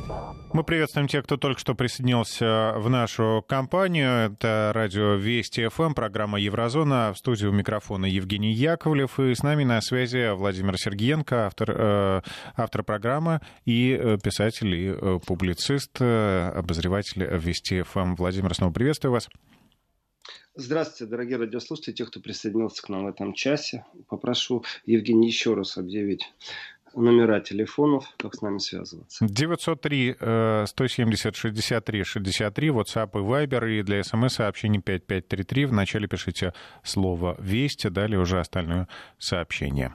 Мы приветствуем тех, кто только что присоединился в нашу компанию. Это радио Вести ФМ, программа «Еврозона». В студии у микрофона Евгений Яковлев. И с нами на связи Владимир Сергиенко, автор программы, и писатель, и публицист, обозреватель Вести ФМ. Владимир, снова приветствую вас. Здравствуйте, дорогие радиослушатели, тех, кто присоединился к нам в этом часе. Попрошу Евгения еще раз объявить номера телефонов, как с нами связываться. 903-170-63-63, WhatsApp и Viber, и для СМС-сообщений 5533. Вначале пишите слово «Вести», далее уже остальное сообщение.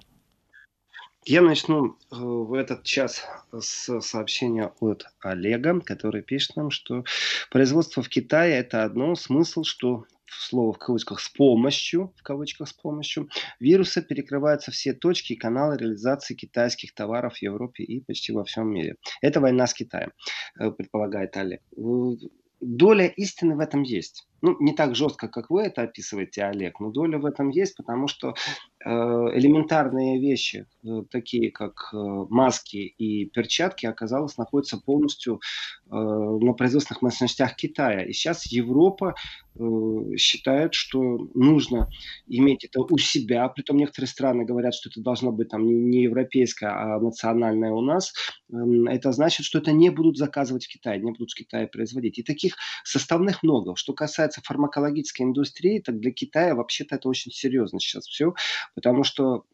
Я начну в этот час с сообщения от Олега, который пишет нам, что производство в Китае – это одно, смысл, что слово в кавычках в кавычках с помощью вируса перекрываются все точки и каналы реализации китайских товаров в Европе и почти во всем мире. Это война с Китаем, предполагает Олег. Доля истины в этом есть. Ну, не так жестко, как вы это описываете, Олег, но доля в этом есть, потому что элементарные вещи, такие как маски и перчатки, оказалось, находятся полностью на производственных мощностях Китая. И сейчас Европа считает, что нужно иметь это у себя. Притом некоторые страны говорят, что это должно быть там не европейское, а национальное у нас. Это значит, что это не будут заказывать в Китае, не будут в Китае производить. И таких составных много. Что касается фармакологической индустрии, так для Китая вообще-то это очень серьезно сейчас все. Потому что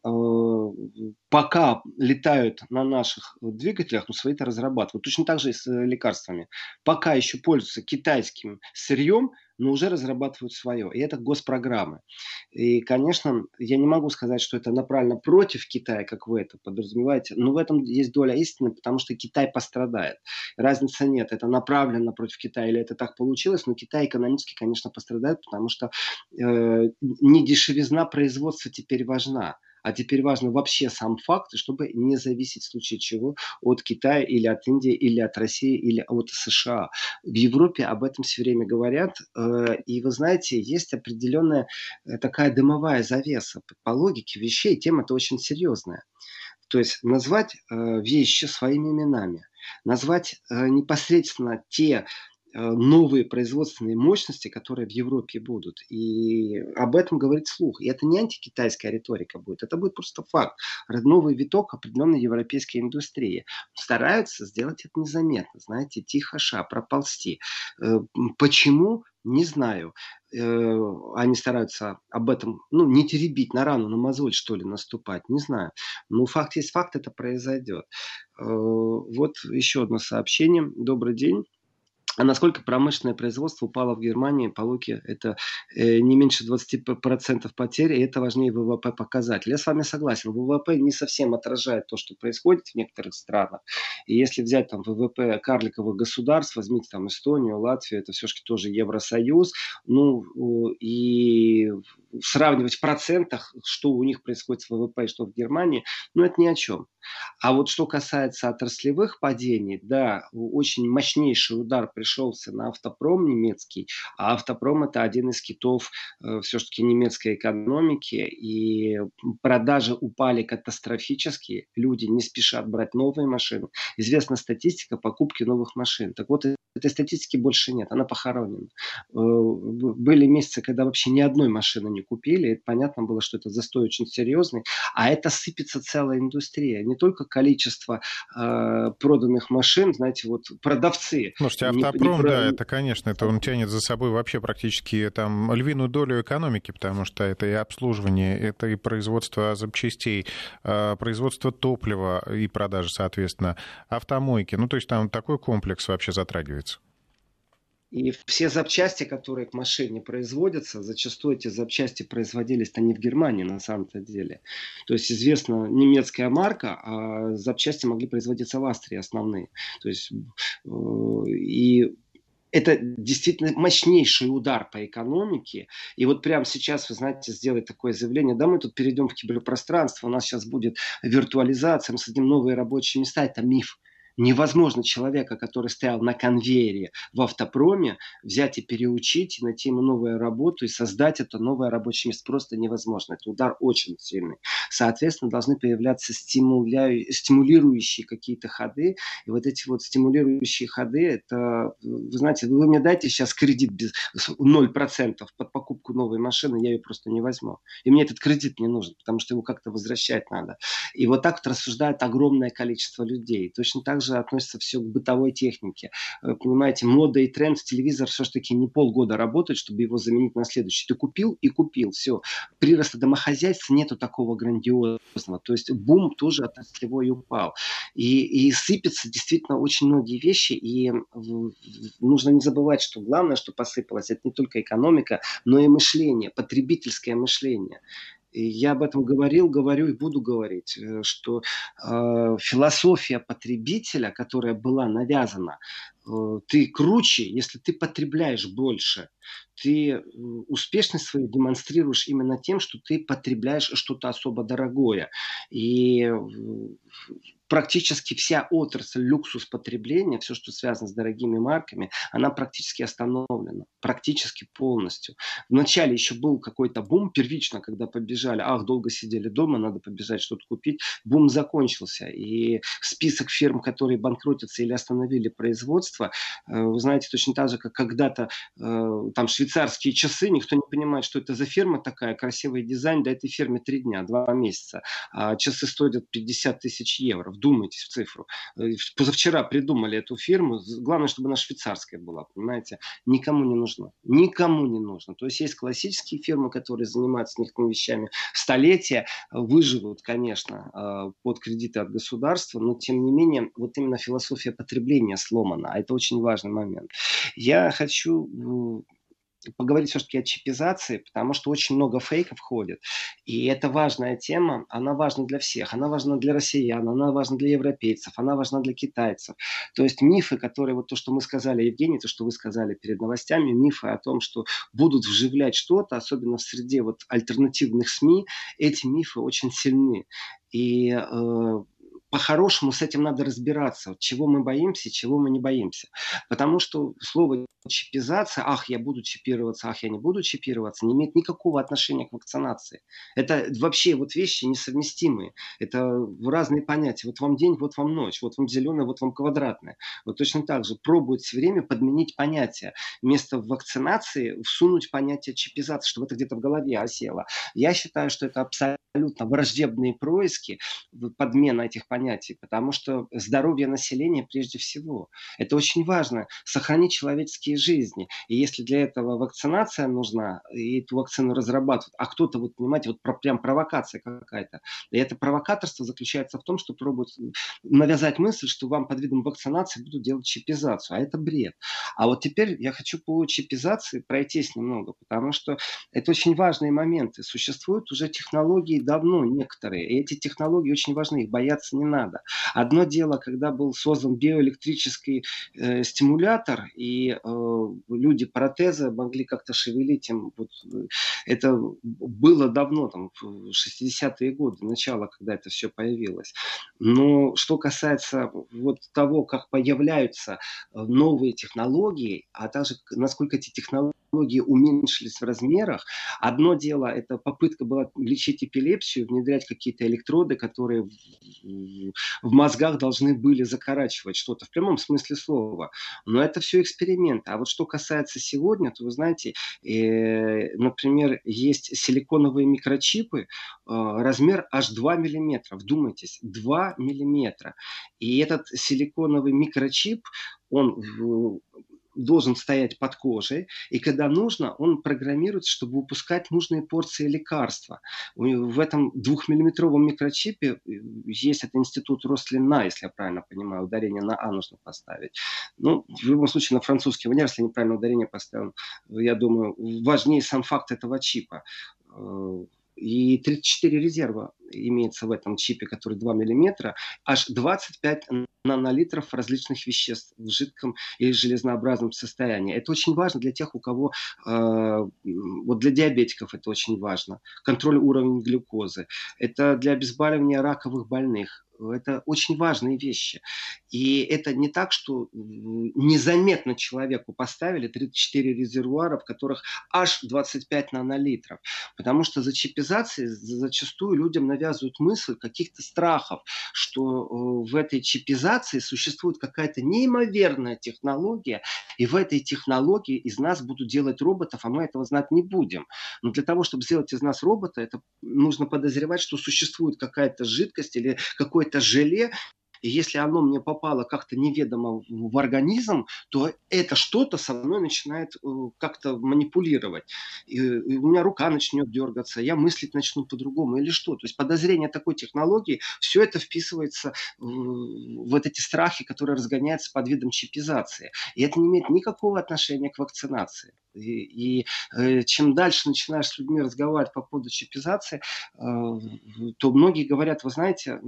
пока летают на наших двигателях, ну, свои-то разрабатывают. Точно так же и с лекарствами. Пока еще пользуются китайским сырьем, но уже разрабатывают свое. И это госпрограммы. И, конечно, я не могу сказать, что это направлено против Китая, как вы это подразумеваете, но в этом есть доля истины, потому что Китай пострадает. Разницы нет, это направлено против Китая или это так получилось, но Китай экономически, конечно, пострадает, потому что не дешевизна производства теперь важна. А теперь важно вообще сам факт, чтобы не зависеть в случае чего от Китая или от Индии, или от России, или от США. В Европе об этом все время говорят. И вы знаете, есть определенная такая дымовая завеса. По логике вещей тема-то очень серьезная. То есть назвать вещи своими именами. Назвать непосредственно те новые производственные мощности, которые в Европе будут. И об этом говорит слух. И это не антикитайская риторика будет. Это будет просто факт. Новый виток определенной европейской индустрии. Стараются сделать это незаметно. Знаете, тихо-ша, проползти. Почему? Не знаю. Они стараются об этом, не теребить на рану, на мозоль, что ли, наступать. Не знаю. Но факт есть факт, это произойдет. Вот еще одно сообщение. Добрый день. А насколько промышленное производство упало в Германии по Луке, это не меньше 20% потерь, и это важнее ВВП показатель. Я с вами согласен, ВВП не совсем отражает то, что происходит в некоторых странах. И если взять там ВВП карликовых государств, возьмите там Эстонию, Латвию, это все-таки тоже Евросоюз, и сравнивать в процентах, что у них происходит с ВВП и что в Германии, это ни о чем. А вот что касается отраслевых падений, да, очень мощнейший удар пришелся на автопром немецкий, а автопром это один из китов все-таки немецкой экономики, и продажи упали катастрофически, люди не спешат брать новые машины. Известна статистика покупки новых машин. Так вот, этой статистики больше нет, она похоронена. Были месяцы, когда вообще ни одной машины не купили, и понятно было, что это застой очень серьезный, а это сыпется целая индустрия. Не только количество проданных машин, знаете, вот продавцы. Слушайте, автопром, да, это, конечно, это он тянет за собой вообще практически там львиную долю экономики, потому что это и обслуживание, это и производство запчастей, производство топлива и продажи, соответственно, автомойки. То есть там такой комплекс вообще затрагивается. И все запчасти, которые к машине производятся, зачастую эти запчасти производились-то не в Германии на самом-то деле. То есть известна немецкая марка, а запчасти могли производиться в Австрии основные. То есть и это действительно мощнейший удар по экономике. И вот прямо сейчас, вы знаете, сделать такое заявление, да, мы тут перейдем в киберпространство, у нас сейчас будет виртуализация, мы создадим новые рабочие места, это миф. Невозможно человека, который стоял на конвейере в автопроме, взять и переучить, и найти ему новую работу, и создать это новое рабочее место. Просто невозможно. Это удар очень сильный. Соответственно, должны появляться стимулирующие какие-то ходы. И вот эти вот стимулирующие ходы, это, вы знаете, вы мне дайте сейчас кредит без 0% под покупку новой машины, я ее просто не возьму. И мне этот кредит не нужен, потому что его как-то возвращать надо. И вот так вот рассуждает огромное количество людей. Точно так же относится все к бытовой технике. Понимаете, мода и тренд, телевизор все-таки не полгода работает, чтобы его заменить на следующий. Ты купил и купил, все. Прироста домохозяйств нету такого грандиозного. То есть бум тоже отраслевой упал. И сыпятся действительно очень многие вещи. И нужно не забывать, что главное, что посыпалось, это не только экономика, но и мышление, потребительское мышление. И я об этом говорил, говорю и буду говорить, что философия потребителя, которая была навязана, ты круче, если ты потребляешь больше. Ты успешность свою демонстрируешь именно тем, что ты потребляешь что-то особо дорогое. И практически вся отрасль люксус потребления, все, что связано с дорогими марками, она практически остановлена. Практически полностью. Вначале еще был какой-то бум первично, когда побежали, долго сидели дома, надо побежать что-то купить. Бум закончился. И список фирм, которые банкротятся или остановили производство, вы знаете, точно так же, как когда-то там швейцарские часы, никто не понимает, что это за фирма такая, красивый дизайн, да этой фирме 3 дня, 2 месяца. А часы стоят 50 тысяч евро. Вдумайтесь в цифру. Позавчера придумали эту фирму. Главное, чтобы она швейцарская была, понимаете. Никому не нужно. Никому не нужно. То есть есть классические фирмы, которые занимаются некоторыми вещами столетия, выживут, конечно, под кредиты от государства, но тем не менее, вот именно философия потребления сломана. А это очень важный момент. Я хочу поговорить все-таки о чипизации, потому что очень много фейков ходит. И это важная тема, она важна для всех. Она важна для россиян, она важна для европейцев, она важна для китайцев. То есть мифы, которые, вот то, что мы сказали, Евгений, то, что вы сказали перед новостями, мифы о том, что будут вживлять что-то, особенно в среде вот альтернативных СМИ, эти мифы очень сильны. И по-хорошему с этим надо разбираться, чего мы боимся, чего мы не боимся. Потому что слово чипизация, я буду чипироваться, я не буду чипироваться, не имеет никакого отношения к вакцинации. Это вообще вот вещи несовместимые. Это разные понятия. Вот вам день, вот вам ночь, вот вам зеленое, вот вам квадратное. Вот точно так же пробуют все время подменить понятия. Вместо вакцинации всунуть понятие чипизации, чтобы это где-то в голове осело. Я считаю, что это абсолютно враждебные происки, подмена этих понятий, потому что здоровье населения прежде всего. Это очень важно, сохранить человеческие жизни. И если для этого вакцинация нужна, и эту вакцину разрабатывают, а кто-то, вот понимаете, вот прям провокация какая-то. И это провокаторство заключается в том, что пробуют навязать мысль, что вам под видом вакцинации будут делать чипизацию. А это бред. А вот теперь я хочу по чипизации пройтись немного, потому что это очень важные моменты. Существуют уже технологии давно некоторые. И эти технологии очень важны, их бояться не надо. Одно дело, когда был создан биоэлектрический стимулятор, и люди протезы могли как-то шевелить им. Вот, это было давно, там, в 60-е годы, начало, когда это все появилось. Но что касается вот того, как появляются новые технологии, а также насколько эти технологии уменьшились в размерах. Одно дело, это попытка была лечить эпилепсию, внедрять какие-то электроды, которые в мозгах должны были закорачивать что-то в прямом смысле слова. Но это все эксперименты. А вот что касается сегодня, то вы знаете, например, есть силиконовые микрочипы, размер аж 2 миллиметра. Вдумайтесь, 2 миллиметра. И этот силиконовый микрочип, он должен стоять под кожей, и когда нужно, он программируется, чтобы выпускать нужные порции лекарства. В этом 2-миллиметровом микрочипе есть этот институт Рослина, если я правильно понимаю, ударение на А нужно поставить. Ну, в любом случае, на французский манер, если неправильно ударение поставил, я думаю, важнее сам факт этого чипа. И 34 резерва имеется в этом чипе, который 2 миллиметра, аж 25 нанолитров различных веществ в жидком или железнообразном состоянии. Это очень важно для тех, у кого, вот для диабетиков это очень важно. Контроль уровня глюкозы. Это для обезболивания раковых больных. Это очень важные вещи. И это не так, что незаметно человеку поставили 34 резервуара, в которых аж 25 нанолитров. Потому что за чипизацией зачастую людям навязывают мысль каких-то страхов, что в этой чипизации существует какая-то неимоверная технология, и в этой технологии из нас будут делать роботов, а мы этого знать не будем. Но для того, чтобы сделать из нас робота, это нужно подозревать, что существует какая-то жидкость или какое-то желе, и если оно мне попало как-то неведомо в организм, то это что-то со мной начинает как-то манипулировать. И у меня рука начнет дергаться, я мыслить начну по-другому или что. То есть подозрение такой технологии, все это вписывается в вот эти страхи, которые разгоняются под видом чипизации. И это не имеет никакого отношения к вакцинации. Чем дальше начинаешь с людьми разговаривать по поводу чипизации, то многие говорят, вы знаете,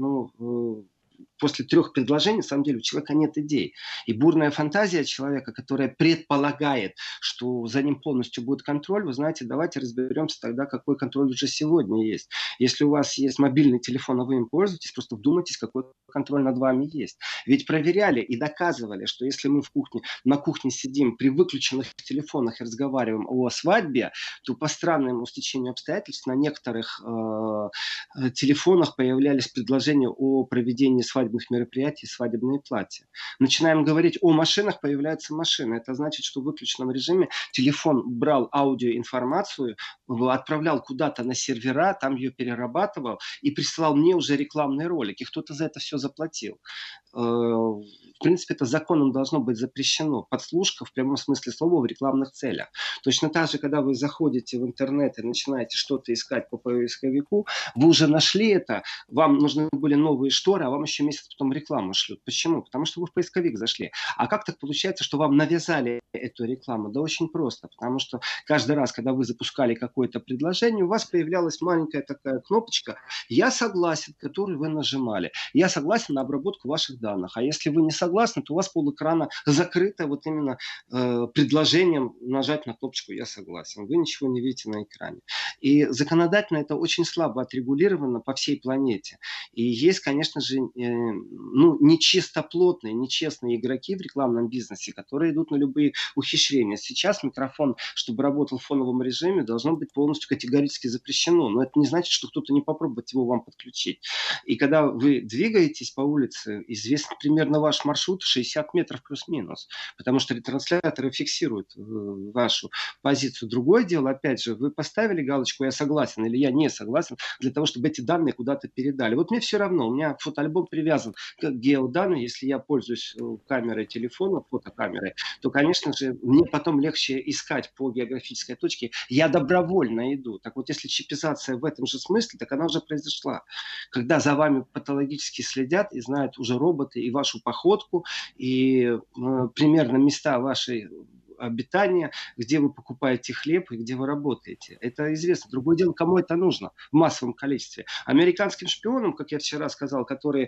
после 3 предложений, на самом деле, у человека нет идей. И бурная фантазия человека, которая предполагает, что за ним полностью будет контроль, вы знаете, давайте разберемся тогда, какой контроль уже сегодня есть. Если у вас есть мобильный телефон, а вы им пользуетесь, просто вдумайтесь, какой контроль над вами есть. Ведь проверяли и доказывали, что если мы на кухне сидим при выключенных телефонах и разговариваем о свадьбе, то по странному стечению обстоятельств на некоторых телефонах появлялись предложения о проведении свадебных мероприятий, свадебные платья. Начинаем говорить о машинах, появляются машины. Это значит, что в выключенном режиме телефон брал аудиоинформацию, отправлял куда-то на сервера, там ее перерабатывал и присылал мне уже рекламные ролики. Кто-то за это все заплатил. В принципе, это законом должно быть запрещено. Подслушка в прямом смысле слова в рекламных целях. Точно так же, когда вы заходите в интернет и начинаете что-то искать по поисковику, вы уже нашли это, вам нужны были новые шторы, а вам еще месяц потом рекламу шлют. Почему? Потому что вы в поисковик зашли. А как так получается, что вам навязали эту рекламу? Да очень просто. Потому что каждый раз, когда вы запускали какое-то предложение, у вас появлялась маленькая такая кнопочка «Я согласен», которую вы нажимали. «Я согласен на обработку ваших данных». А если вы не согласны, то у вас полэкрана закрыто вот именно предложением нажать на кнопочку «Я согласен». Вы ничего не видите на экране. И законодательно это очень слабо отрегулировано по всей планете. И есть, конечно же, нечистоплотные, нечестные игроки в рекламном бизнесе, которые идут на любые ухищрения. Сейчас микрофон, чтобы работал в фоновом режиме, должно быть полностью категорически запрещено. Но это не значит, что кто-то не попробует его вам подключить. И когда вы двигаетесь по улице, известен примерно ваш маршрут 60 метров плюс-минус, потому что ретрансляторы фиксируют вашу позицию. Другое дело, опять же, вы поставили галочку «Я согласен» или «Я не согласен» для того, чтобы эти данные куда-то передали. Вот мне все равно, у меня фотоальбом привязан к геоданным, если я пользуюсь камерой телефона, фотокамерой, то, конечно же, мне потом легче искать по географической точке. Я добровольно иду. Так вот, если чипизация в этом же смысле, так она уже произошла. Когда за вами патологически следят и знают уже роботы и вашу походку, и примерно места вашей обитания, где вы покупаете хлеб и где вы работаете. Это известно. Другое дело, кому это нужно в массовом количестве. Американским шпионам, как я вчера сказал, которые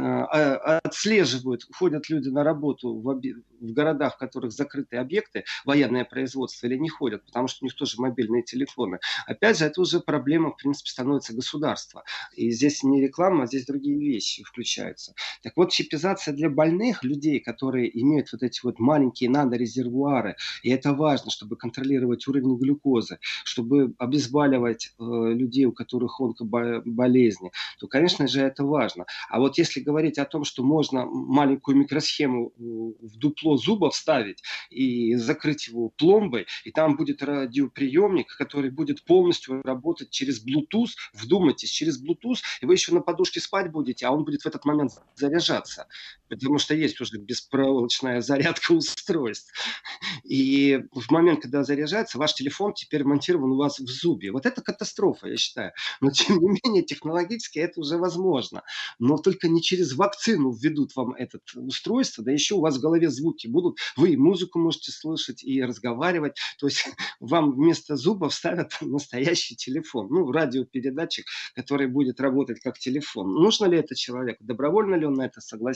отслеживают, ходят люди на работу в городах, в которых закрытые объекты, военное производство, или не ходят, потому что у них тоже мобильные телефоны. Опять же, это уже проблема, в принципе, становится государства. И здесь не реклама, а здесь другие вещи включаются. Так вот, чипизация для больных людей, которые имеют вот эти вот маленькие нанорезервуары, и это важно, чтобы контролировать уровень глюкозы, чтобы обезболивать людей, у которых онкоболезни, то, конечно же, это важно. А вот если говорить о том, что можно маленькую микросхему в дупло зуба вставить и закрыть его пломбой, и там будет радиоприемник, который будет полностью работать через Bluetooth, вдумайтесь, через Bluetooth, и вы еще на подушке спать будете, а он будет в этот момент заряжаться, потому что есть уже беспроволочная зарядка устройств. И в момент, когда заряжается, ваш телефон теперь монтирован у вас в зубе. Вот это катастрофа, я считаю. Но, тем не менее, технологически это уже возможно. Но только не через вакцину введут вам это устройство, да еще у вас в голове звуки будут. Вы и музыку можете слышать, и разговаривать. То есть вам вместо зуба вставят настоящий телефон. Радиопередатчик, который будет работать как телефон. Нужно ли это человеку? Добровольно ли он на это согласится?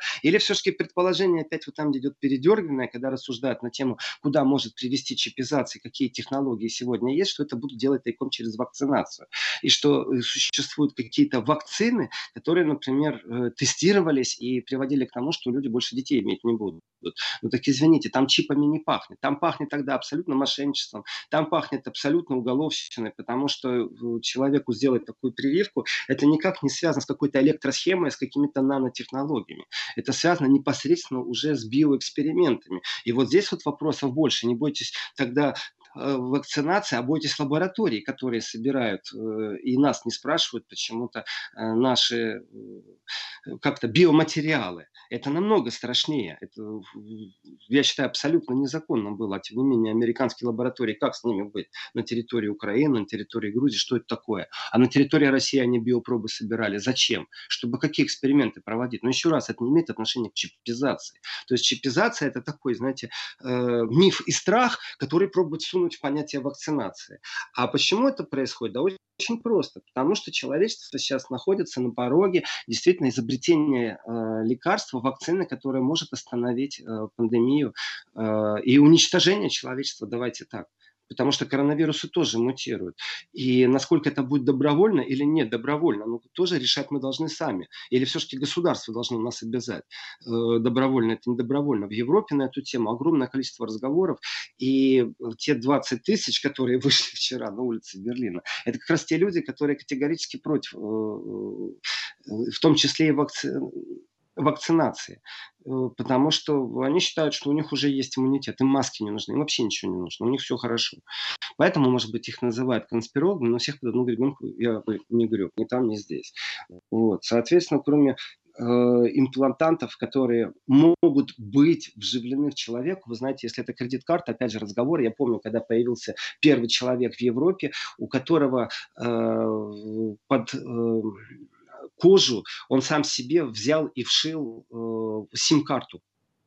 Или все-таки предположение опять вот там, где идет передергивание, когда рассуждают на тему, куда может привести чипизация, какие технологии сегодня есть, что это будут делать тайком через вакцинацию. И что существуют какие-то вакцины, которые, например, тестировались и приводили к тому, что люди больше детей иметь не будут. Ну так извините, там чипами не пахнет. Там пахнет тогда абсолютно мошенничеством, там пахнет абсолютно уголовщиной, потому что человеку сделать такую прививку, это никак не связано с какой-то электросхемой, с какими-то нанотехнологиями. Это связано непосредственно уже с биоэкспериментами. И вот здесь вот вопросов больше. Не бойтесь тогда вакцинации, а бойтесь лабораторий, которые собирают и нас не спрашивают почему-то наши как-то биоматериалы. Это намного страшнее. Это, я считаю, абсолютно незаконно было. А тем не менее, американские лаборатории, как с ними быть? На территории Украины, на территории Грузии, что это такое? А на территории России они биопробы собирали. Зачем? Чтобы какие эксперименты проводить? Но еще раз, это не имеет отношения к чипизации. То есть чипизация это такой, знаете, миф и страх, который пробует сунуть в понятие вакцинации. А почему это происходит? Да очень просто. Потому что человечество сейчас находится на пороге действительно изобретения лекарства, вакцины, которая может остановить пандемию и уничтожение человечества. Давайте так. Потому что коронавирусы тоже мутируют. И насколько это будет добровольно или нет добровольно, ну, тоже решать мы должны сами. Или все-таки государство должно нас обязать. Добровольно это не добровольно. В Европе на эту тему огромное количество разговоров. И те 20 тысяч, которые вышли вчера на улице Берлина, это как раз те люди, которые категорически против, в том числе и вакцинации. Потому что они считают, что у них уже есть иммунитет, им маски не нужны, им вообще ничего не нужно, у них все хорошо. Поэтому, может быть, их называют конспирологами, но всех под одну гребенку я бы не греб, ни там, ни здесь. Вот. Соответственно, кроме имплантантов, которые могут быть вживлены в человека. Вы знаете, если это кредит-карта, опять же разговор, я помню, когда появился первый человек в Европе, у которого под кожу он сам себе взял и вшил сим-карту.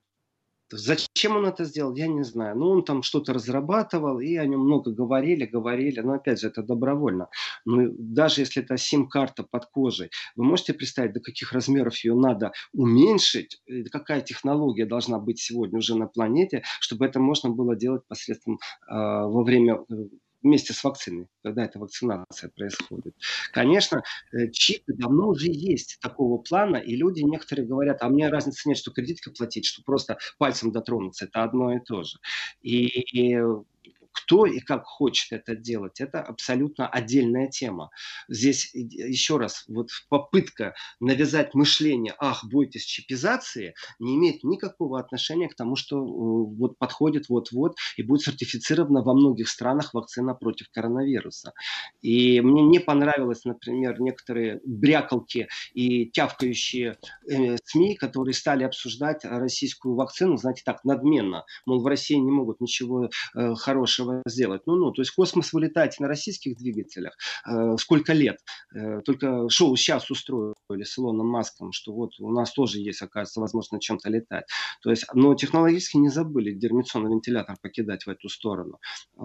Зачем он это сделал, я не знаю. Ну, он там что-то разрабатывал, и о нем много говорили. Но, опять же, это добровольно. Но даже если это сим-карта под кожей, вы можете представить, до каких размеров ее надо уменьшить? Какая технология должна быть сегодня уже на планете, чтобы это можно было делать посредством во время вместе с вакциной, когда эта вакцинация происходит. Конечно, чипы давно уже есть такого плана, и люди некоторые говорят, а мне разницы нет, что кредитка платить, что просто пальцем дотронуться, это одно и то же. И кто и как хочет это делать, это абсолютно отдельная тема. Здесь еще раз, вот попытка навязать мышление, ах, бойтесь чипизации, не имеет никакого отношения к тому, что вот подходит вот-вот и будет сертифицирована во многих странах вакцина против коронавируса. И мне не понравилось, например, некоторые брякалки и тявкающие СМИ, которые стали обсуждать российскую вакцину, знаете, так, надменно. Мол, в России не могут ничего хорошего сделать. То есть в космос вылетаете на российских двигателях. Сколько лет? Только шоу сейчас устроили с Илоном Маском, что вот у нас тоже есть, оказывается, возможность на чем-то летать. То есть, но технологически не забыли дермиционный вентилятор покидать в эту сторону.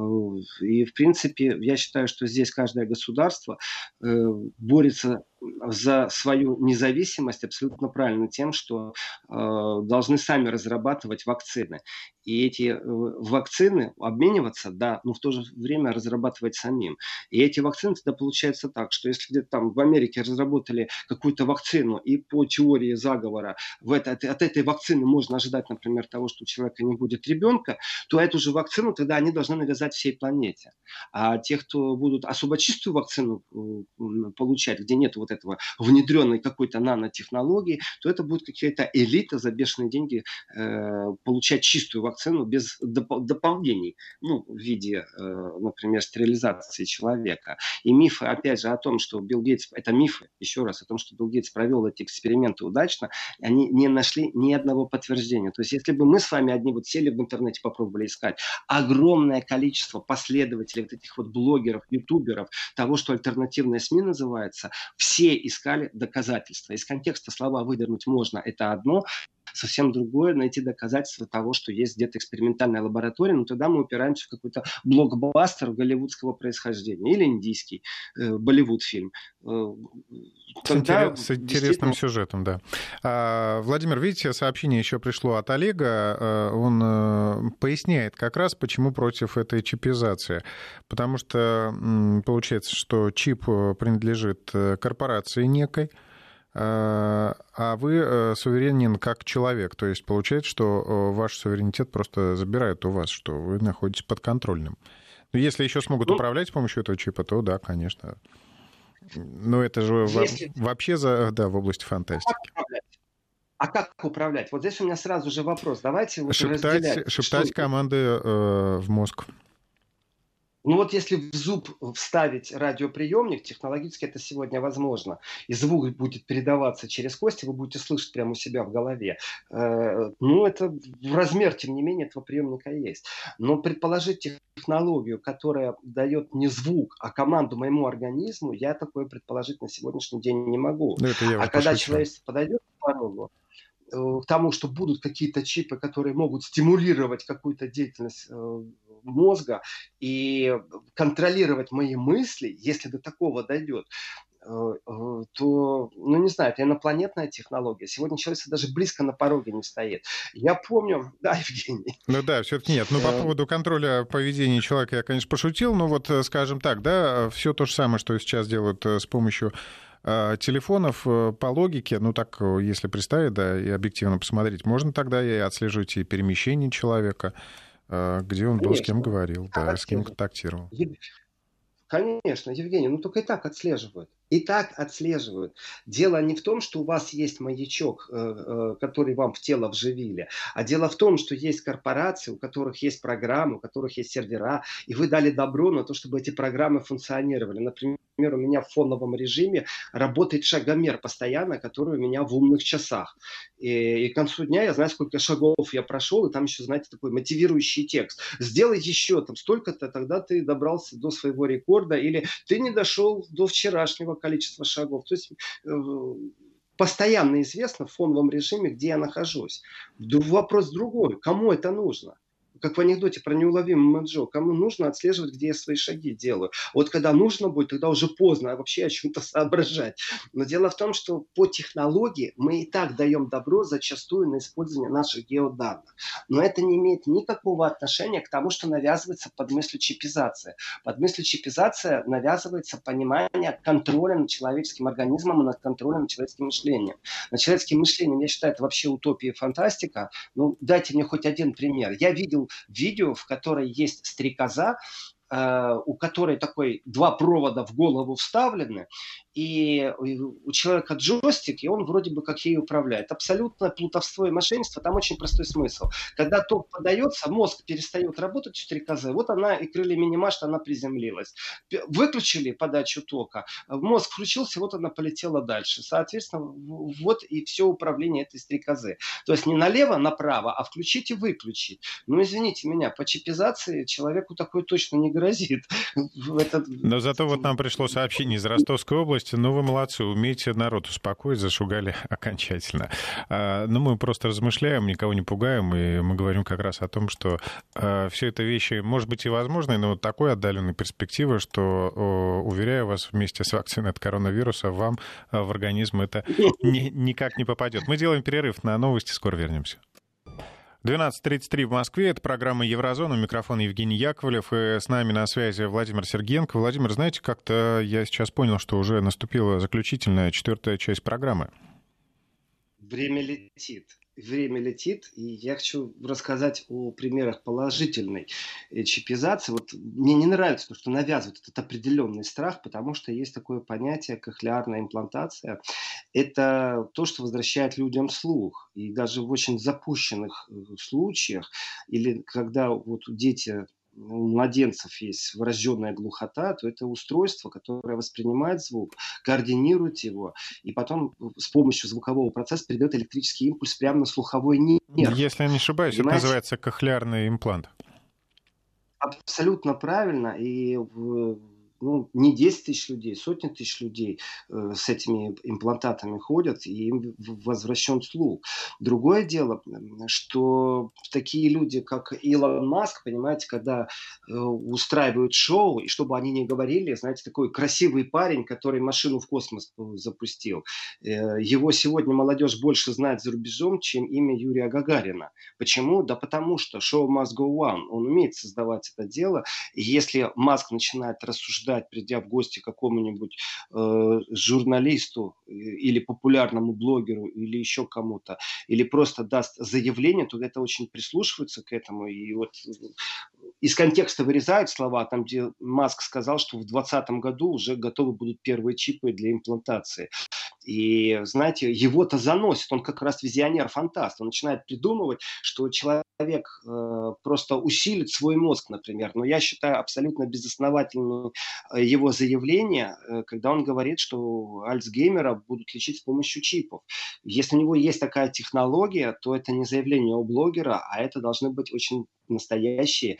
И, в принципе, я считаю, что здесь каждое государство борется за свою независимость абсолютно правильно тем, что должны сами разрабатывать вакцины. И эти вакцины обмениваться, да, но в то же время разрабатывать самим. И эти вакцины тогда получается так, что если где-то там в Америке разработали какую-то вакцину, и по теории заговора от этой вакцины можно ожидать, например, того, что у человека не будет ребенка, то эту же вакцину тогда они должны навязать всей планете. А те, кто будут особо чистую вакцину получать, где нет вот этого внедренной какой-то нанотехнологии, то это будет какая-то элита за бешеные деньги получать чистую вакцину без дополнений, в виде, например, стерилизации человека. И мифы, опять же, о том, что Билл Гейтс, это мифы, еще раз, о том, что Билл Гейтс провел эти эксперименты удачно, они не нашли ни одного подтверждения. То есть, если бы мы с вами одни вот сели в интернете, попробовали искать, огромное количество последователей вот этих вот блогеров, ютуберов, того, что альтернативные СМИ называется, все искали доказательства. Из контекста слова выдернуть можно, это одно. совсем другое найти доказательства того, что есть где-то экспериментальная лаборатория, но тогда мы упираемся в какой-то блокбастер голливудского происхождения или индийский Болливуд-фильм. С интересным сюжетом, да. Владимир, видите, сообщение еще пришло от Олега. Он поясняет как раз, почему против этой чипизации. Потому что получается, что чип принадлежит корпорации некой, а вы суверенен как человек. То есть получается, что ваш суверенитет просто забирают у вас, что вы находитесь подконтрольным. Но если еще смогут управлять с помощью этого чипа, то да, конечно. Но это же вообще в области фантастики. А как управлять? Вот здесь у меня сразу же вопрос. Давайте шептать команды в мозг. Ну вот если в зуб вставить радиоприемник, технологически это сегодня возможно, и звук будет передаваться через кости, вы будете слышать прямо у себя в голове. Ну это размер, тем не менее, этого приемника есть. Но предположить технологию, которая дает не звук, а команду моему организму, я такое предположить на сегодняшний день не могу. А когда человечество подойдет к порогу, к тому, что будут какие-то чипы, которые могут стимулировать какую-то деятельность мозга и контролировать мои мысли, если до такого дойдет, то, ну не знаю, это инопланетная технология. Сегодня человечество даже близко на пороге не стоит. Я помню, да, Евгений? Ну да, все-таки нет. Ну по поводу контроля поведения человека я, конечно, пошутил, но вот, скажем так, да, все то же самое, что сейчас делают с помощью телефонов по логике, ну так, если представить, да, и объективно посмотреть, можно тогда и отслеживать и перемещение человека, где он был, с кем говорил, да, с кем контактировал. Конечно, Евгений, ну только и так отслеживают. И так отслеживают. Дело не в том, что у вас есть маячок, который вам в тело вживили, а дело в том, что есть корпорации, у которых есть программы, у которых есть сервера, и вы дали добро на то, чтобы эти программы функционировали. Например, у меня в фоновом режиме работает шагомер постоянно, который у меня в умных часах. И к концу дня я знаю, сколько шагов я прошел, и там еще, знаете, такой мотивирующий текст. Сделай еще там столько-то, тогда ты добрался до своего рекорда, или ты не дошел до вчерашнего количества шагов. То есть постоянно известно в фоновом режиме, где я нахожусь. Вопрос другой. Кому это нужно? Как в анекдоте про неуловимого Джо. Кому нужно отслеживать, где я свои шаги делаю. Вот когда нужно будет, тогда уже поздно вообще о чем-то соображать. Но дело в том, что по технологии мы и так даем добро зачастую на использование наших геоданных. Но это не имеет никакого отношения к тому, что навязывается под мыслью чипизация. Под мыслью чипизация навязывается понимание контроля над человеческим организмом и над контролем над человеческим мышлением. Над человеческим мышлением, я считаю, это вообще утопия и фантастика. Ну, дайте мне хоть один пример. Я видел видео, в которой есть стрекоза, у которой такой 2 провода в голову вставлены, и у человека джойстик, и он вроде бы как ей управляет. Абсолютно плутовство и мошенничество, там очень простой смысл. Когда ток подается, мозг перестает работать у стрекозы, вот она и крыльями не машет, она приземлилась. Выключили подачу тока, мозг включился, вот она полетела дальше. Соответственно, вот и все управление этой стрекозы. То есть не налево, направо, а включить и выключить. Ну, извините меня, по чипизации человеку такое точно не грозит. Но зато вот нам пришло сообщение из Ростовской области. Ну, вы молодцы, умеете народ успокоить, зашугали окончательно. Но мы просто размышляем, никого не пугаем, и мы говорим как раз о том, что все это вещи, может быть, и возможны, но вот такой отдаленной перспективы, что, уверяю вас, вместе с вакциной от коронавируса вам в организм это никак не попадет. Мы делаем перерыв на новости, скоро вернемся. 12:33 в Москве. Это программа «Еврозона». У микрофона Евгений Яковлев. И с нами на связи Владимир Сергеенко. Владимир, знаете, как-то я сейчас понял, что уже наступила заключительная 4-я часть программы. Время летит. Время летит, и я хочу рассказать о примерах положительной чипизации. Вот мне не нравится то, что навязывают этот определенный страх, потому что есть такое понятие кохлеарная имплантация. Это то, что возвращает людям слух. И даже в очень запущенных случаях, или когда вот дети... у младенцев есть врожденная глухота, то это устройство, которое воспринимает звук, координирует его, и потом с помощью звукового процесса передает электрический импульс прямо на слуховой нерв. Если я не ошибаюсь, понимаете? Это называется кохлеарный имплант. Абсолютно правильно. И не 10 тысяч людей, сотни тысяч людей с этими имплантатами ходят, и им возвращен слух. Другое дело, что такие люди, как Илон Маск, понимаете, когда устраивают шоу, и чтобы они не говорили, знаете, такой красивый парень, который машину в космос запустил. Его сегодня молодежь больше знает за рубежом, чем имя Юрия Гагарина. Почему? Да потому что show must go on. Он умеет создавать это дело. И если Маск начинает рассуждать, придя в гости к какому-нибудь журналисту или популярному блогеру, или еще кому-то, или просто даст заявление, то это очень прислушивается к этому. И вот из контекста вырезают слова, там, где Маск сказал, что в 2020 году уже готовы будут первые чипы для имплантации. И, знаете, его-то заносит, он как раз визионер-фантаст, он начинает придумывать, что человек просто усилит свой мозг, например. Но я считаю абсолютно безосновательным его заявление, когда он говорит, что Альцгеймера будут лечить с помощью чипов. Если у него есть такая технология, то это не заявление у блогера, а это должны быть очень настоящие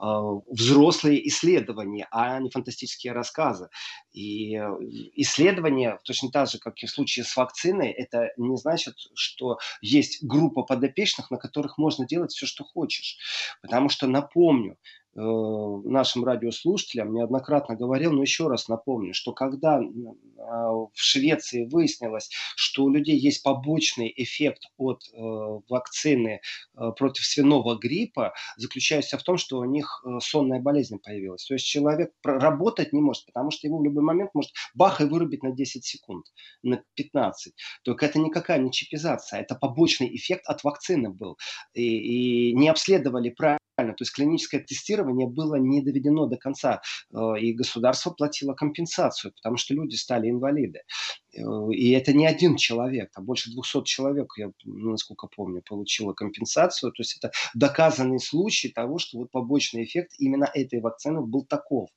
взрослые исследования, а не фантастические рассказы. И исследования, точно так же, как и в случае с вакциной, это не значит, что есть группа подопечных, на которых можно делать все, что хочешь. Потому что, напомню, нашим радиослушателям неоднократно говорил, но еще раз напомню, что когда в Швеции выяснилось, что у людей есть побочный эффект от вакцины против свиного гриппа, заключается в том, что у них сонная болезнь появилась. То есть человек работать не может, потому что его в любой момент может бах и вырубить на 10 секунд, на 15. Только это никакая не чипизация, это побочный эффект от вакцины был. И не обследовали правильно. То есть клиническое тестирование было не доведено до конца, и государство платило компенсацию, потому что люди стали инвалиды. И это не один человек, а больше 200 человек, я, насколько помню, получило компенсацию. То есть это доказанный случай того, что вот побочный эффект именно этой вакцины был таков.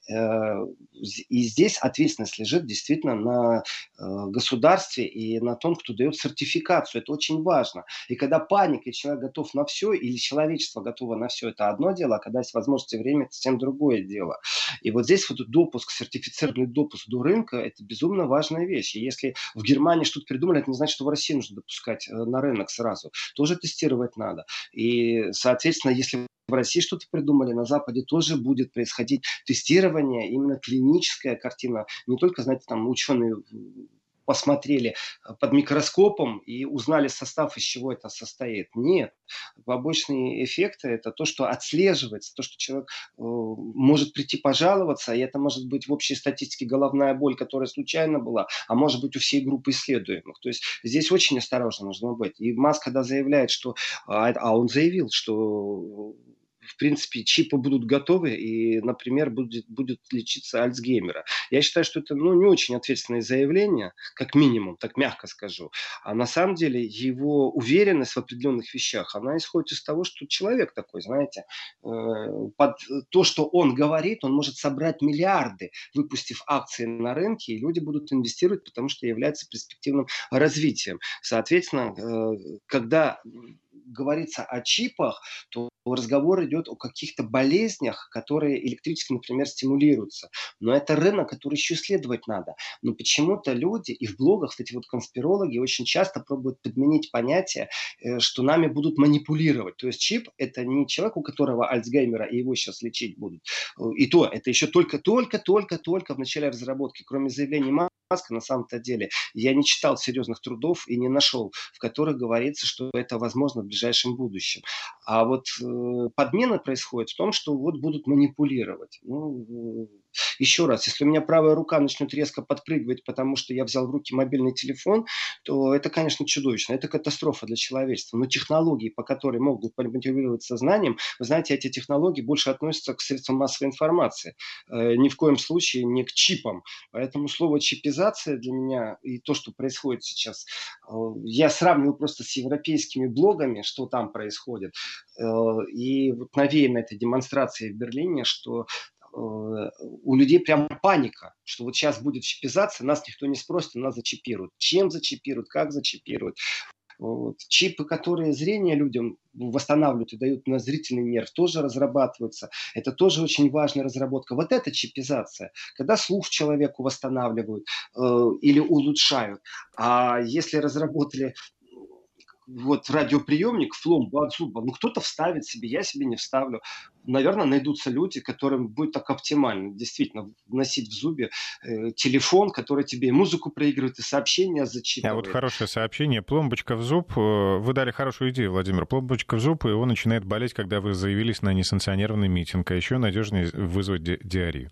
И здесь ответственность лежит действительно на государстве и на том, кто дает сертификацию. Это очень важно. И когда паника, и человек готов на все, или человечество готово на все, это одно дело, а когда есть возможность и время, это совсем другое дело. И вот здесь вот допуск, сертифицированный допуск до рынка, это безумно важная вещь. И если в Германии что-то придумали, это не значит, что в России нужно допускать на рынок сразу. Тоже тестировать надо. И, соответственно, если в России что-то придумали, на Западе тоже будет происходить тестирование, именно клиническая картина. Не только, знаете, там ученые посмотрели под микроскопом и узнали состав, из чего это состоит. Нет. Побочные эффекты – это то, что отслеживается, то, что человек может прийти пожаловаться, и это может быть в общей статистике головная боль, которая случайно была, а может быть у всей группы исследуемых. То есть здесь очень осторожно нужно быть. И Маск, когда заявляет, что… А он заявил, что в принципе, чипы будут готовы, и, например, будет лечиться Альцгеймера. Я считаю, что это не очень ответственное заявление, как минимум, так мягко скажу. А на самом деле его уверенность в определенных вещах, она исходит из того, что человек такой, знаете, под то, что он говорит, он может собрать миллиарды, выпустив акции на рынке, и люди будут инвестировать, потому что является перспективным развитием. Соответственно, когда говорится о чипах, то разговор идет о каких-то болезнях, которые электрически, например, стимулируются. Но это рынок, который еще исследовать надо. Но почему-то люди, и в блогах, кстати, вот конспирологи очень часто пробуют подменить понятие, что нами будут манипулировать. То есть чип – это не человек, у которого Альцгеймера, и его сейчас лечить будут. И то, это еще только в начале разработки. Кроме заявлений Маска, на самом-то деле, я не читал серьезных трудов и не нашел, в которых говорится, что это возможно в ближайшем будущем. А вот подмена происходит в том, что вот будут манипулировать. Еще раз, если у меня правая рука начнет резко подпрыгивать, потому что я взял в руки мобильный телефон, то это, конечно, чудовищно. Это катастрофа для человечества. Но технологии, по которым могут манипулировать сознанием, вы знаете, эти технологии больше относятся к средствам массовой информации. Ни в коем случае не к чипам. Поэтому слово чипизация для меня и то, что происходит сейчас, я сравниваю просто с европейскими блогами, что там происходит. И вот навеяно этой демонстрацией в Берлине, что у людей прям паника, что вот сейчас будет чипизация, нас никто не спросит, нас зачипируют. Чем зачипируют, как зачипируют. Вот. Чипы, которые зрение людям восстанавливают и дают на зрительный нерв, тоже разрабатываются. Это тоже очень важная разработка. Вот это чипизация, когда слух человеку восстанавливают или улучшают. А если разработали вот радиоприемник в пломбу от зуба, ну кто-то вставит себе, я себе не вставлю. Наверное, найдутся люди, которым будет так оптимально действительно вносить в зубе телефон, который тебе и музыку проигрывает, и сообщения А вот зачитывает. хорошее сообщение. Пломбочка в зуб. Вы дали хорошую идею, Владимир. Пломбочка в зуб, и он начинает болеть, когда вы заявились на несанкционированный митинг. А еще надежнее вызвать диарею.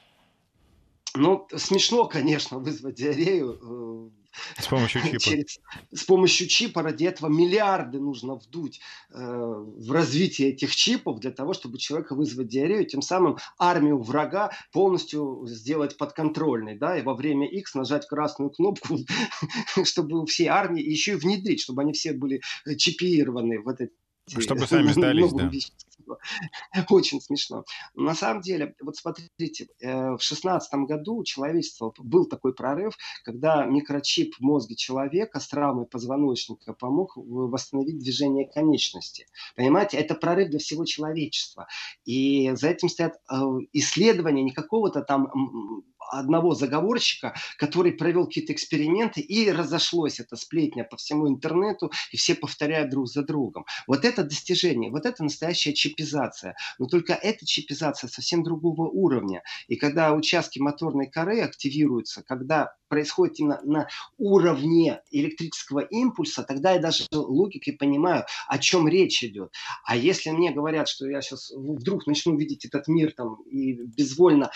Ну, смешно, конечно, вызвать диарею С помощью чипа. с помощью чипа. Ради этого миллиарды нужно вдуть в развитие этих чипов для того, чтобы человека вызвать диарею, тем самым армию врага полностью сделать подконтрольной, да, и во время X нажать красную кнопку, чтобы у всей армии еще и внедрить, чтобы они все были чипированы в эти Чтобы сами сдались, новые да. вещества. Очень смешно. На самом деле, вот смотрите, в 2016 году у человечества был такой прорыв, когда микрочип в мозге человека с травмой позвоночника помог восстановить движение конечности. Понимаете, это прорыв для всего человечества. И за этим стоят исследования не какого-то там одного заговорщика, который провел какие-то эксперименты, и разошлось эта сплетня по всему интернету, и все повторяют друг за другом. Вот это достижение, вот это настоящая чипизация. Но только эта чипизация совсем другого уровня. И когда участки моторной коры активируются, когда происходит именно на уровне электрического импульса, тогда я даже логикой понимаю, о чем речь идет. А если мне говорят, что я сейчас вдруг начну видеть этот мир там и безвольно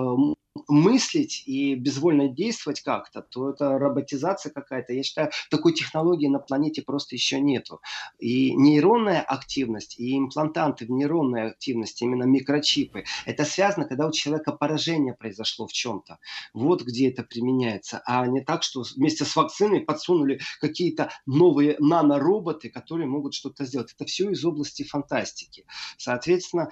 мыслить и безвольно действовать как-то, то это роботизация какая-то. Я считаю, такой технологии на планете просто еще нету. И нейронная активность, и имплантанты в нейронной активности, именно микрочипы, это связано, когда у человека поражение произошло в чем-то. Вот где это применяется. А не так, что вместе с вакциной подсунули какие-то новые нанороботы, которые могут что-то сделать. Это все из области фантастики. Соответственно,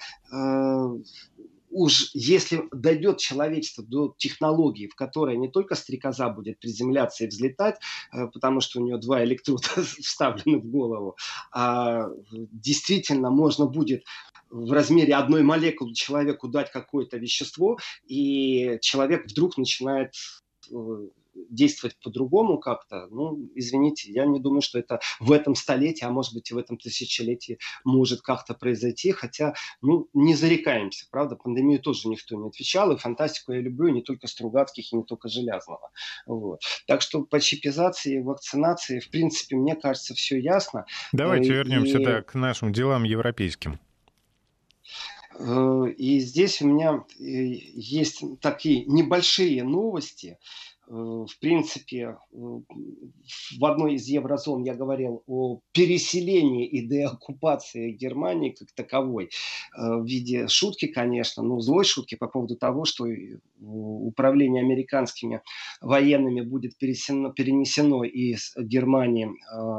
уж если дойдет человечество до технологии, в которой не только стрекоза будет приземляться и взлетать, потому что у нее два электрода вставлены в голову, а действительно можно будет в размере одной молекулы человеку дать какое-то вещество, и человек вдруг начинает действовать по-другому как-то, ну, извините, я не думаю, что это в этом столетии, а может быть и в этом тысячелетии может как-то произойти, хотя, ну, не зарекаемся, правда, пандемию тоже никто не отвечал, и фантастику я люблю, и не только Стругацких, и не только Желязного. Вот. Так что по чипизации и вакцинации, в принципе, мне кажется, все ясно. Давайте вернемся, И да, к нашим делам европейским. И здесь у меня есть такие небольшие новости. В принципе, в одной из еврозон я говорил о переселении и деоккупации Германии как таковой в виде шутки, конечно, но злой шутки по поводу того, что управление американскими военными будет перенесено из Германии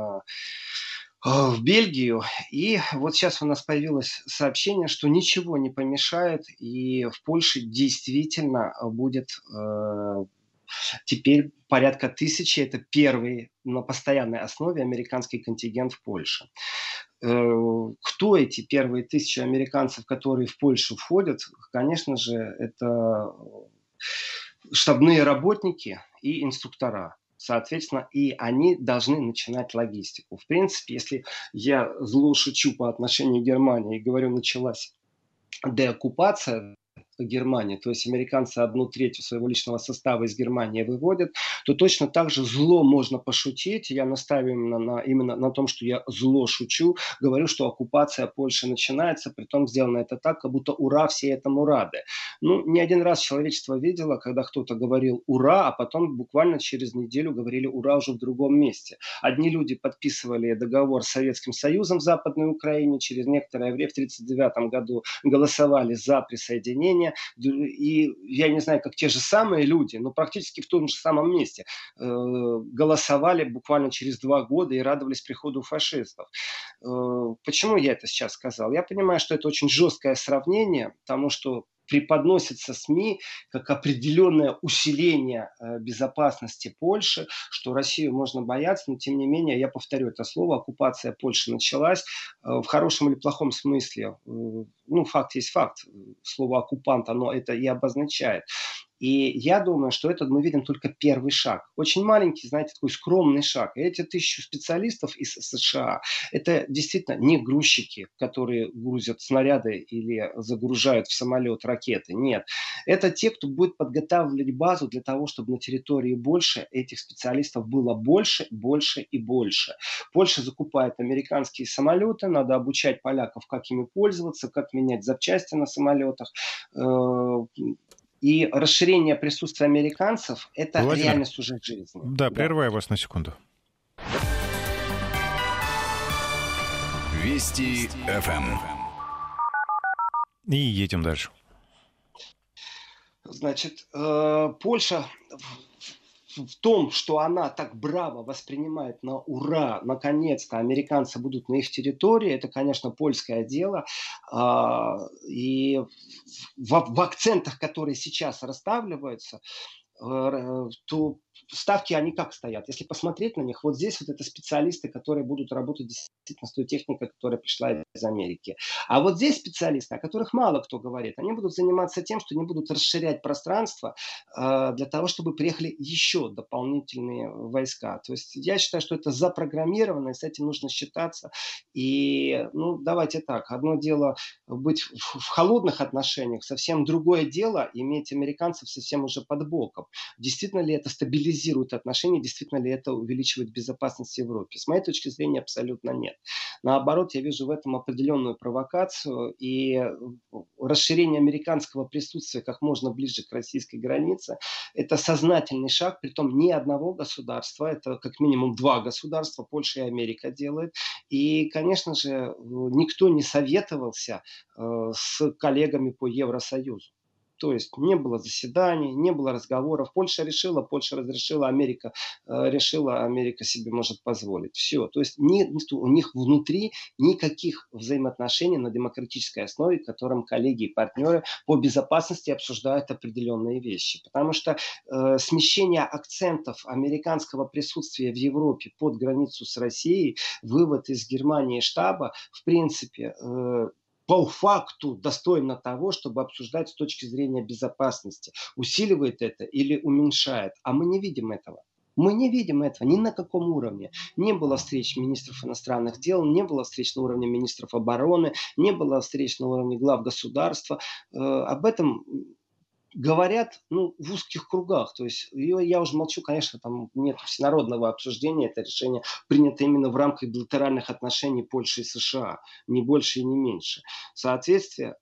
в Бельгию. И вот сейчас у нас появилось сообщение, что ничего не помешает, и в Польше действительно будет теперь порядка 1000. Это первый на постоянной основе американский контингент в Польше. Кто эти первые 1000 американцев, которые в Польшу входят? Конечно же, это штабные работники и инструктора. Соответственно, и они должны начинать логистику. В принципе, если я зло шучу по отношению к Германии и говорю, началась деоккупация Германии, то есть американцы 1/3 своего личного состава из Германии выводят, то точно так же зло можно пошутить. Я настаиваю именно на том, что я зло шучу. Говорю, что оккупация Польши начинается, притом сделано это так, как будто ура, все этому рады. Ну, не один раз человечество видело, когда кто-то говорил ура, а потом буквально через неделю говорили ура уже в другом месте. Одни люди подписывали договор с Советским Союзом в Западной Украине, через некоторое время, в 1939 году, голосовали за присоединение. И я не знаю, как те же самые люди, но практически в том же самом месте голосовали буквально через 2 года и радовались приходу фашистов. Почему я это сейчас сказал? Я понимаю, что это очень жесткое сравнение, потому что преподносится СМИ как определенное усиление безопасности Польши, что Россию можно бояться, но тем не менее, я повторю это слово, оккупация Польши началась в хорошем или плохом смысле. Ну, факт есть факт. Слово оккупант, оно это и обозначает. И я думаю, что это мы видим только первый шаг. Очень маленький, знаете, такой скромный шаг. И эти 1000 специалистов из США, это действительно не грузчики, которые грузят снаряды или загружают в самолет ракеты. Нет. Это те, кто будет подготавливать базу для того, чтобы на территории больше этих специалистов было больше, больше и больше. Польша закупает американские самолеты, надо обучать поляков, как ими пользоваться, как менять запчасти на самолетах. И расширение присутствия американцев – это Владимир, реальность уже жизни. Да, прерываю вас на секунду. Вести ФМ. И едем дальше. Значит, Польша в том, что она так браво воспринимает на ура, наконец-то американцы будут на их территории, это, конечно, польское дело. И в акцентах, которые сейчас расставляются, то ставки, они как стоят? Если посмотреть на них, вот здесь вот это специалисты, которые будут работать действительно с той техникой, которая пришла из Америки. А вот здесь специалисты, о которых мало кто говорит, они будут заниматься тем, что они будут расширять пространство для того, чтобы приехали еще дополнительные войска. То есть я считаю, что это запрограммировано, и с этим нужно считаться. И, ну, давайте так, одно дело быть в холодных отношениях, совсем другое дело иметь американцев совсем уже под боком. Действительно ли это стабилизирует отношения, действительно ли это увеличивает безопасность в Европе? С моей точки зрения, абсолютно нет. Наоборот, я вижу в этом определенную провокацию, и расширение американского присутствия как можно ближе к российской границе – это сознательный шаг, притом не одного государства, это как минимум 2 государства, Польша и Америка делают. И, конечно же, никто не советовался с коллегами по Евросоюзу. То есть не было заседаний, не было разговоров. Польша решила, Польша разрешила, Америка решила, Америка себе может позволить. Все. То есть у них внутри никаких взаимоотношений на демократической основе, в котором коллеги и партнеры по безопасности обсуждают определенные вещи. Потому что смещение акцентов американского присутствия в Европе под границу с Россией, вывод из Германии штаба, в принципе, по факту достойно того, чтобы обсуждать с точки зрения безопасности. Усиливает это или уменьшает? А мы не видим этого. Мы не видим этого ни на каком уровне. Не было встреч министров иностранных дел, не было встреч на уровне министров обороны, не было встреч на уровне глав государства. Об этом говорят, ну, в узких кругах. То есть я уже молчу, конечно, там нет всенародного обсуждения. Это решение принято именно в рамках билатеральных отношений Польши и США. Не больше и не меньше. Соответственно,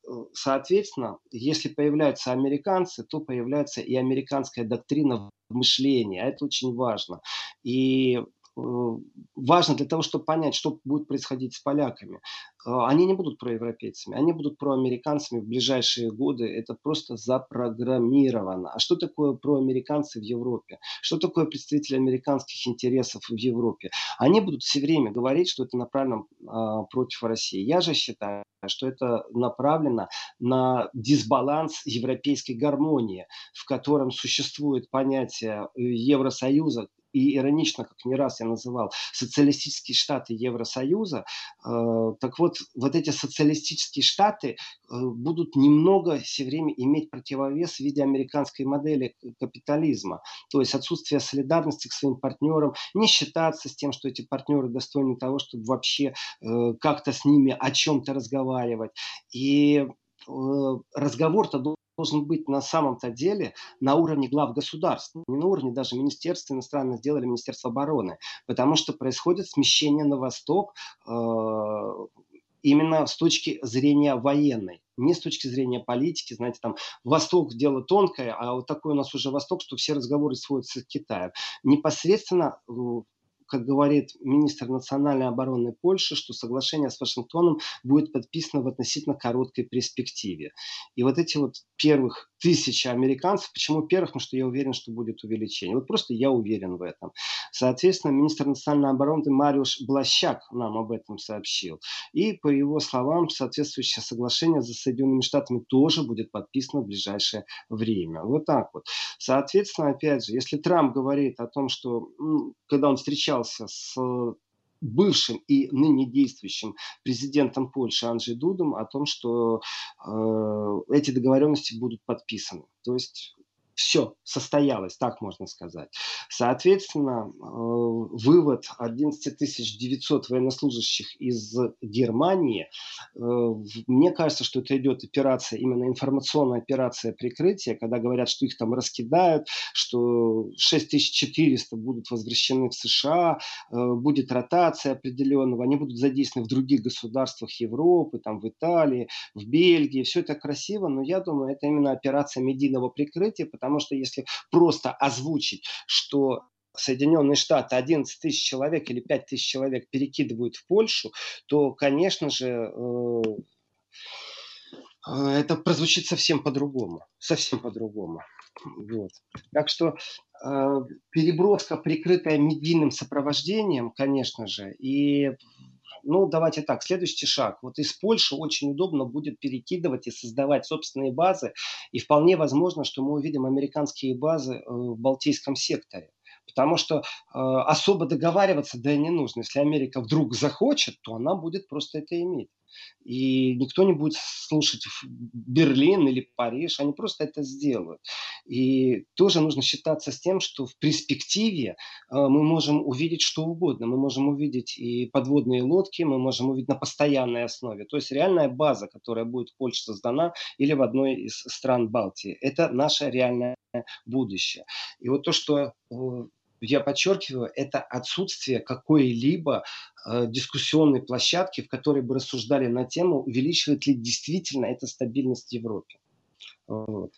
если появляются американцы, то появляется и американская доктрина мышления. Это очень важно. И важно для того, чтобы понять, что будет происходить с поляками. Они не будут проевропейцами, они будут проамериканцами в ближайшие годы. Это просто запрограммировано. А что такое проамериканцы в Европе? Что такое представители американских интересов в Европе? Они будут все время говорить, что это направлено против России. Я же считаю, что это направлено на дисбаланс европейской гармонии, в котором существует понятие Евросоюза, и иронично, как не раз я называл, социалистические штаты Евросоюза, так вот эти социалистические штаты будут немного все время иметь противовес в виде американской модели капитализма. То есть отсутствие солидарности к своим партнерам, не считаться с тем, что эти партнеры достойны того, чтобы вообще как-то с ними о чем-то разговаривать. И разговор-то должен быть на самом-то деле на уровне глав государств, не на уровне даже Министерства иностранных дел или Министерства обороны, потому что происходит смещение на восток именно с точки зрения военной, не с точки зрения политики. Знаете, там Восток дело тонкое, а вот такой у нас уже Восток, что все разговоры сводятся к Китаю. Непосредственно, как говорит министр национальной обороны Польши, что соглашение с Вашингтоном будет подписано в относительно короткой перспективе. И вот эти вот первых тысяч американцев. Почему первых? Потому что я уверен, что будет увеличение. Вот просто я уверен в этом. Соответственно, министр национальной обороны Мариуш Блащак нам об этом сообщил. И, по его словам, соответствующее соглашение за Соединенными Штатами тоже будет подписано в ближайшее время. Вот так вот. Соответственно, опять же, если Трамп говорит о том, что когда он встречался с бывшим и ныне действующим президентом Польши Анджей Дудом о том, что эти договоренности будут подписаны. То есть все состоялось, так можно сказать. Соответственно, вывод 11 900 военнослужащих из Германии, мне кажется, что это идет операция, именно информационная операция прикрытия, когда говорят, что их там раскидают, что 6400 будут возвращены в США, будет ротация определенного, они будут задействованы в других государствах Европы, там в Италии, в Бельгии. Все это красиво, но я думаю, это именно операция медийного прикрытия, потому что если просто озвучить, что Соединенные Штаты 11 тысяч человек или 5 тысяч человек перекидывают в Польшу, то, конечно же, это прозвучит совсем по-другому. Совсем по-другому. Вот. Так что переброска, прикрытая медийным сопровождением, конечно же, и давайте так, следующий шаг. Вот из Польши очень удобно будет перекидывать и создавать собственные базы. И вполне возможно, что мы увидим американские базы в Балтийском секторе. Потому что особо договариваться, да и не нужно. Если Америка вдруг захочет, то она будет просто это иметь. И никто не будет слушать Берлин или Париж, они просто это сделают. И тоже нужно считаться с тем, что в перспективе мы можем увидеть что угодно. Мы можем увидеть и подводные лодки, мы можем увидеть на постоянной основе. То есть реальная база, которая будет в Польше создана или в одной из стран Балтии. Это наше реальное будущее. И вот то, что я подчеркиваю, это отсутствие какой-либо дискуссионной площадки, в которой бы рассуждали на тему, увеличивает ли действительно эта стабильность в Европе. Вот.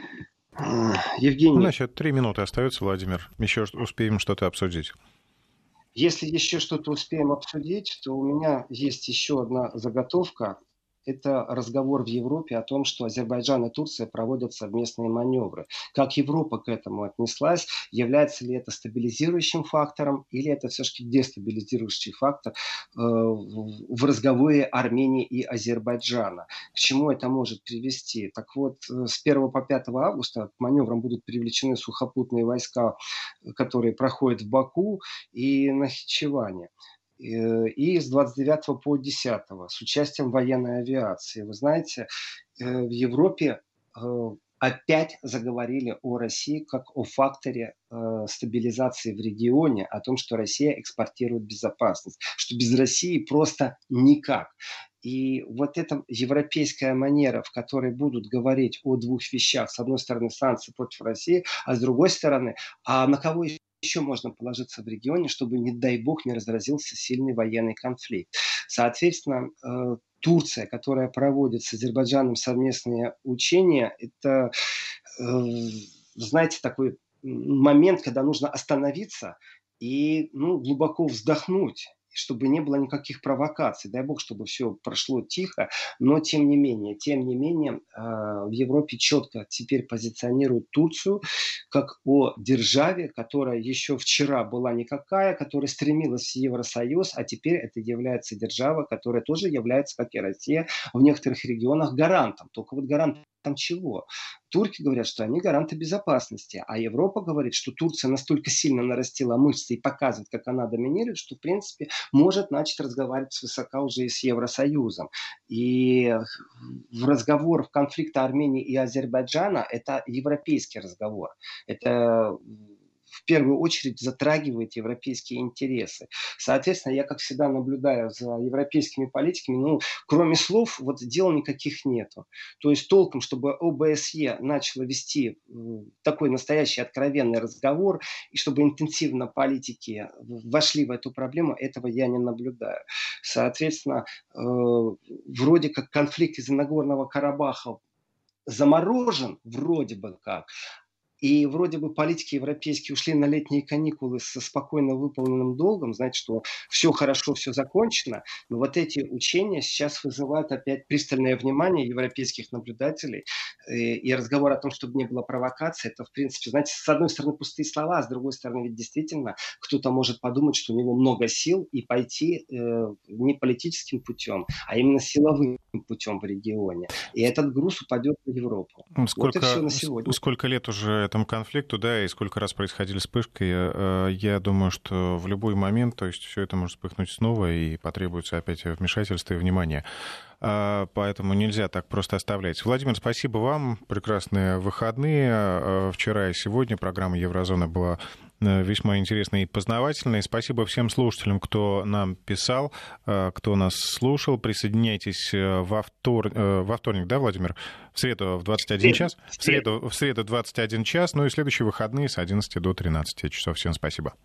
Евгений. Значит, 3 минуты остается, Владимир. Еще успеем что-то обсудить. Если еще что-то успеем обсудить, то у меня есть еще одна заготовка. Это разговор в Европе о том, что Азербайджан и Турция проводят совместные маневры. Как Европа к этому отнеслась? Является ли это стабилизирующим фактором или это все-таки дестабилизирующий фактор в разговоре Армении и Азербайджана? К чему это может привести? Так вот, с 1 по 5 августа к маневрам будут привлечены сухопутные войска, которые проходят в Баку и Нахичеване. И с 29 по 10 с участием военной авиации. Вы знаете, в Европе опять заговорили о России как о факторе стабилизации в регионе, о том, что Россия экспортирует безопасность, что без России просто никак. И вот эта европейская манера, в которой будут говорить о двух вещах, с одной стороны санкции против России, а с другой стороны, а на кого еще можно положиться в регионе, чтобы, не дай бог, не разразился сильный военный конфликт. Соответственно, Турция, которая проводит с Азербайджаном совместные учения, это, знаете, такой момент, когда нужно остановиться и глубоко вздохнуть, чтобы не было никаких провокаций. Дай бог, чтобы все прошло тихо, но тем не менее, в Европе четко теперь позиционируют Турцию как о державе, которая еще вчера была никакая, которая стремилась в Евросоюз, а теперь это является держава, которая тоже является, как и Россия, в некоторых регионах гарантом. Только вот гарантом чего? Турки говорят, что они гаранты безопасности, а Европа говорит, что Турция настолько сильно нарастила мышцы и показывает, как она доминирует, что, в принципе, может начать разговаривать свысока уже и с Евросоюзом. И в конфликте Армении и Азербайджана это европейский разговор. Это в первую очередь затрагивает европейские интересы. Соответственно, я, как всегда, наблюдаю за европейскими политиками, кроме слов, вот дел никаких нету. То есть толком, чтобы ОБСЕ начало вести такой настоящий откровенный разговор, и чтобы интенсивно политики вошли в эту проблему, этого я не наблюдаю. Соответственно, вроде как конфликт из-за Нагорного Карабаха заморожен, вроде бы как, и вроде бы политики европейские ушли на летние каникулы со спокойно выполненным долгом, значит, что все хорошо, все закончено. Но вот эти учения сейчас вызывают опять пристальное внимание европейских наблюдателей. и разговор о том, чтобы не было провокации, это, в принципе, знаете, с одной стороны пустые слова, а с другой стороны ведь действительно кто-то может подумать, что у него много сил и пойти не политическим путем, а именно силовым путем в регионе. И этот груз упадет на Европу. Вот и все на сегодня. Сколько лет уже этому конфликту, да, и сколько раз происходили вспышки, я думаю, что в любой момент, то есть все это может вспыхнуть снова и потребуется опять вмешательство и внимание. Поэтому нельзя так просто оставлять. Владимир, спасибо вам. Прекрасные выходные. Вчера и сегодня программа «Еврозона» была весьма интересной и познавательной. Спасибо всем слушателям, кто нам писал, кто нас слушал. Присоединяйтесь во вторник, да, Владимир? В среду в 21 час. В среду в 21 час. Ну и следующие выходные с 11 до 13 часов. Всем спасибо.